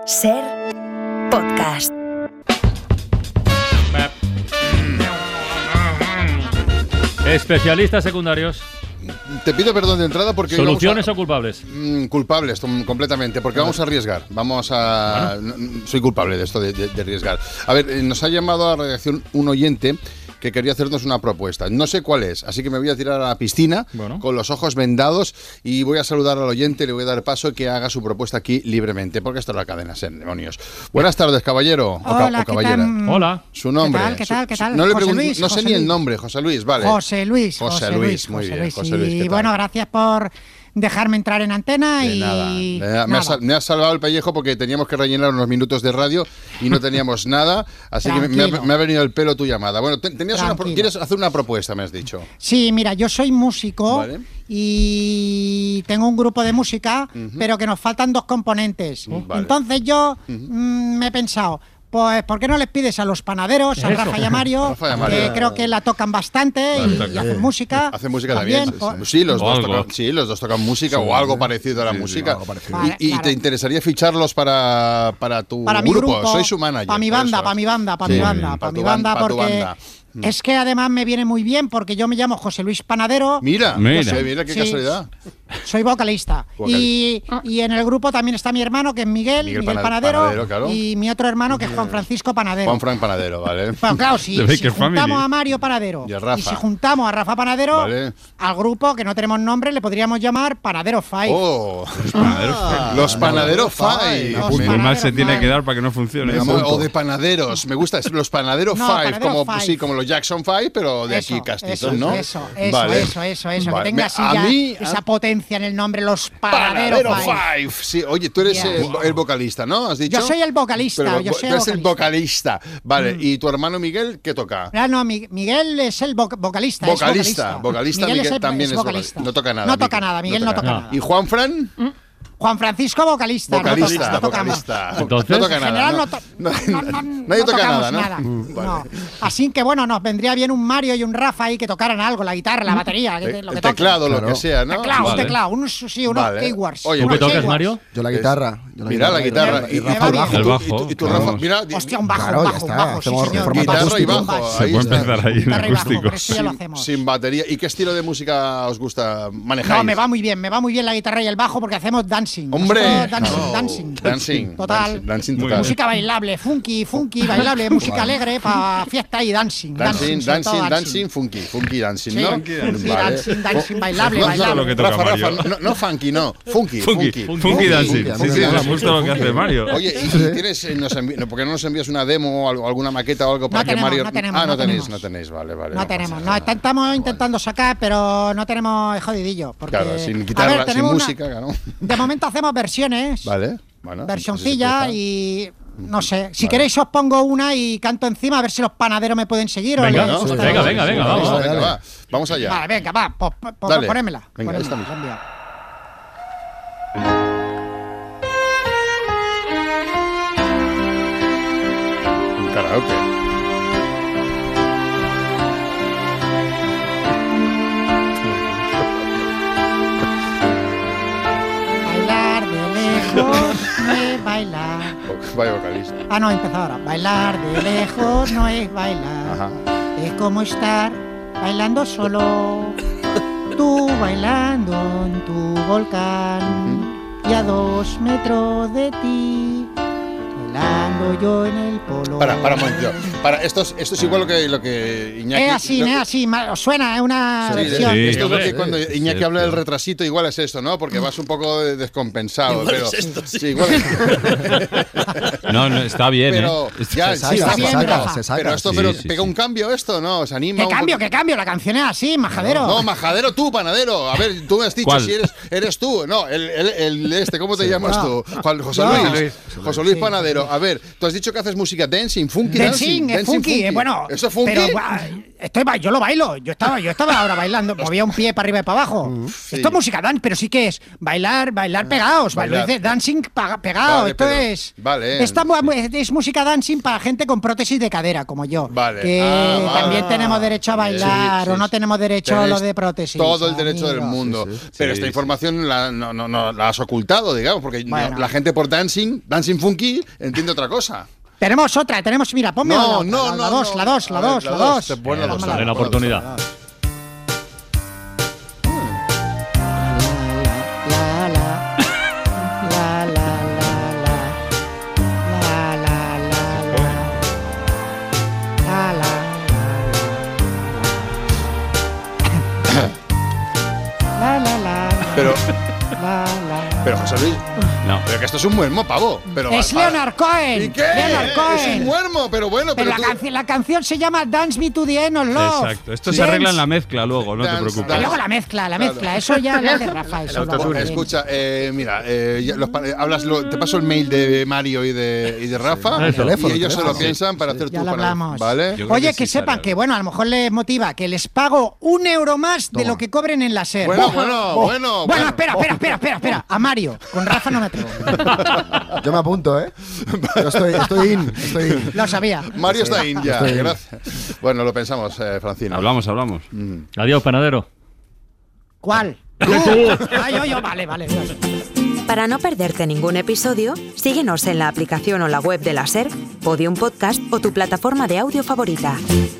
Ser podcast. Especialistas secundarios. Te pido perdón de entrada porque... ¿Soluciones o culpables? Culpables, completamente, porque vamos a arriesgar. Soy culpable de esto, de arriesgar. A ver, nos ha llamado a la redacción un oyente que quería hacernos una propuesta. No sé cuál es, así que me voy a tirar a la piscina con los ojos vendados y voy a saludar al oyente, le voy a dar paso que haga su propuesta aquí libremente, porque esto es la cadena SER, demonios. Buenas tardes, caballero. Hola, o caballera. Hola. Su nombre. ¿Qué tal? No le José pregunto, Luis, no sé José ni el Luis. nombre, José Luis, vale. José Luis, muy bien, José Luis, ¿qué Y tal? bueno, gracias por dejarme entrar en antena De y... nada. Me has salvado el pellejo porque teníamos que rellenar unos minutos de radio y no teníamos nada, así que me ha venido el pelo tu llamada. Bueno, ¿quieres hacer una propuesta, me has dicho? Sí, mira, yo soy músico, Vale. y tengo un grupo de música, pero que nos faltan dos componentes. Vale. Entonces yo me he pensado... Pues, ¿por qué no les pides a los panaderos, a Rafa y a Mario, que creo que la tocan bastante y hacen música? Hacen música también. Sí, los dos tocan música o algo parecido a la música. Vale, ¿Y claro. te interesaría ficharlos para tu Para mi grupo, Soy su manager. para mi banda, porque es que además me viene muy bien porque yo me llamo José Luis Panadero. Mira qué Sí. casualidad. Soy vocalista. Y en el grupo también está mi hermano, que es Miguel Panadero, claro. y mi otro hermano, que es Juan Francisco Panadero. Juan Frank Panadero, vale. Bueno, claro, si juntamos a Mario Panadero y a Rafa. y si juntamos a Rafa Panadero, Vale. al grupo, que no tenemos nombre, le podríamos llamar Panadero Five. Oh, los Panaderos Five. Muy mal se tiene que dar para que no funcione. O de panaderos, me gusta, los Panadero No, Five, Panadero como, Five. Sí, como los Jackson Five, pero de aquí castizos, ¿no? Eso, Vale. que Vale. tenga así A ya mí, esa potencia en el nombre, los Panadero Panadero Five. Five. Sí, oye, tú eres Yeah. el vocalista, ¿no? ¿Has dicho? Yo soy el vocalista, Pero yo soy tú eres el el vocalista. Vale, ¿y tu hermano Miguel qué toca? No, Miguel es el vocalista. Vocalista, Miguel también es vocalista. No toca nada. No toca nada, Miguel no toca nada. ¿Y Juan Fran? Juan Francisco, vocalista. Vocalista. Entonces, no toca En nada. general Nadie toca tocamos nada, ¿no? No. Vale. Así que bueno, nos vendría bien un Mario y un Rafa ahí que tocaran algo, la guitarra, la batería, lo que El toquen. teclado, lo que sea, ¿no? Un teclado, unos Vale. keywords. Oye, ¿tú qué pues- tocas, Mario? Yo la guitarra. Mira la guitarra. Y Rafa el bajo. El bajo. Y tu Rafa, Vamos. mira. Hostia, un bajo, Claro, un ya bajo, está, un bajo, sí, hacemos señor. formato Guitarra y acústico. bajo. Se Ahí puede está. empezar ahí en Guitarra y bajo, acústico. pero eso ya lo hacemos. Sin batería. ¿Y qué estilo de música os gusta manejar? No, me va muy bien la guitarra y el bajo porque hacemos dancing. ¡Hombre! Nosotros dancing. Total. Dancing total. Música bailable, funky, bailable, música alegre para fiesta y dancing. Dancing, funky dancing, ¿no? Dancing, bailable, No, bailable. lo que toca Rafa, Mario. no funky, no. Funky dancing. Sí, me gusta lo que hace Mario. Oye, ¿y tienes, ¿por qué no nos envías una demo o alguna maqueta o algo para que Mario... No tenemos. No tenéis, vale. No tenemos, estamos intentando sacar, pero no tenemos jodidillo. Porque, Claro, sin guitarra, sin música, ¿no? De momento hacemos versiones, Vale, bueno. versioncilla y... No sé, si queréis os pongo una y canto encima a ver si los panaderos me pueden seguir. Venga, o ¿no? les- Venga, vamos. Va. Vamos allá. Vale, venga, va, Dale. ponémela. Venga, esta misma. envía. Un karaoke. Bailar de lejos no es bailar. Vaya vocalista. No, empezó ahora. Bailar de lejos no es bailar. Ajá. Es como estar bailando solo. Tú bailando en tu volcán y a 2 metros de ti. Bailando yo en el polo. Para un momentito. Esto es igual lo que Iñaki... Es así, os suena, es una Sí, versión. sí. esto es lo que hombre. cuando Iñaki habla del retrasito, igual es esto, ¿no? Porque vas un poco descompensado. Igual pero, es esto, sí. igual es- No, está bien, pero ya, Se sí, saca, está se bien, saca, pero- se saca. Pero esto Sí, pero sí, pega sí. un cambio esto, ¿no? Se anima ¿Qué cambio? La canción es así, majadero. No, majadero tú, panadero. A ver, tú me has dicho ¿Cuál? si eres tú. No, ¿cómo te llamas tú? José No. Luis. José Luis Panadero. A ver, tú has dicho que haces música dancing, funky Dancing, es funky, funky. bueno. ¿Eso es funky? Pero, Yo lo bailo. Yo estaba ahora bailando. Movía un pie para arriba y para abajo. Sí. Esto es música dance, pero sí que es bailar pegados. Bailar. Lo dice dancing pegado. Vale, Esto pero- es. vale, Es música dancing para gente con prótesis de cadera, como yo. Vale. Que Vale. también tenemos derecho a bailar, Sí, o no sí. tenemos derecho a lo Tenéis de prótesis. todo el derecho del amigos. mundo. Sí, sí. Pero Sí, esta sí. información no la has ocultado, digamos, porque Bueno. la gente por dancing funky, entiende otra cosa. Tenemos otra, mira, ponme No, la no, la no, dos, no. la dos, la A ver, dos, la la dos, dos. te pon la dos, Pónmela. Dale una oportunidad. La, la, la, la, la, la, la, la, la, la, la, la, Pero, la, la. pero José Luis, No. pero que esto es un muermo, pavo. Pero Es va- Leonard Cohen. ¿Y qué? Leonard Es Cohen. un muermo, pero bueno, Pero pero la canción se llama Dance Me to the End of Love. Exacto. Esto se arregla en la mezcla luego, no te Dance, preocupes. Y luego la mezcla, eso ya lo hace Rafa. Eso lo hace bien. Escucha, mira, te paso el mail de Mario y de Rafa Eso. y ellos se lo piensan para hacer Ya tu lo panel, hablamos. ¿vale? Yo creo Oye, que que sí sepan sale que, algo. bueno, a lo mejor les motiva que les pago €1 más de lo que cobren en la SER. Bueno. Bueno, espera. A Mario. Con Rafa no me atrevo. Yo me apunto, ¿eh? Yo estoy in. Lo sabía. Mario está in ya, Estoy in. gracias. Bueno, lo pensamos, Francino. Hablamos. Adiós, panadero. ¿Cuál? Yo, vale. Para no perderte ningún episodio, síguenos en la aplicación o la web de la SER, Podium Podcast o tu plataforma de audio favorita.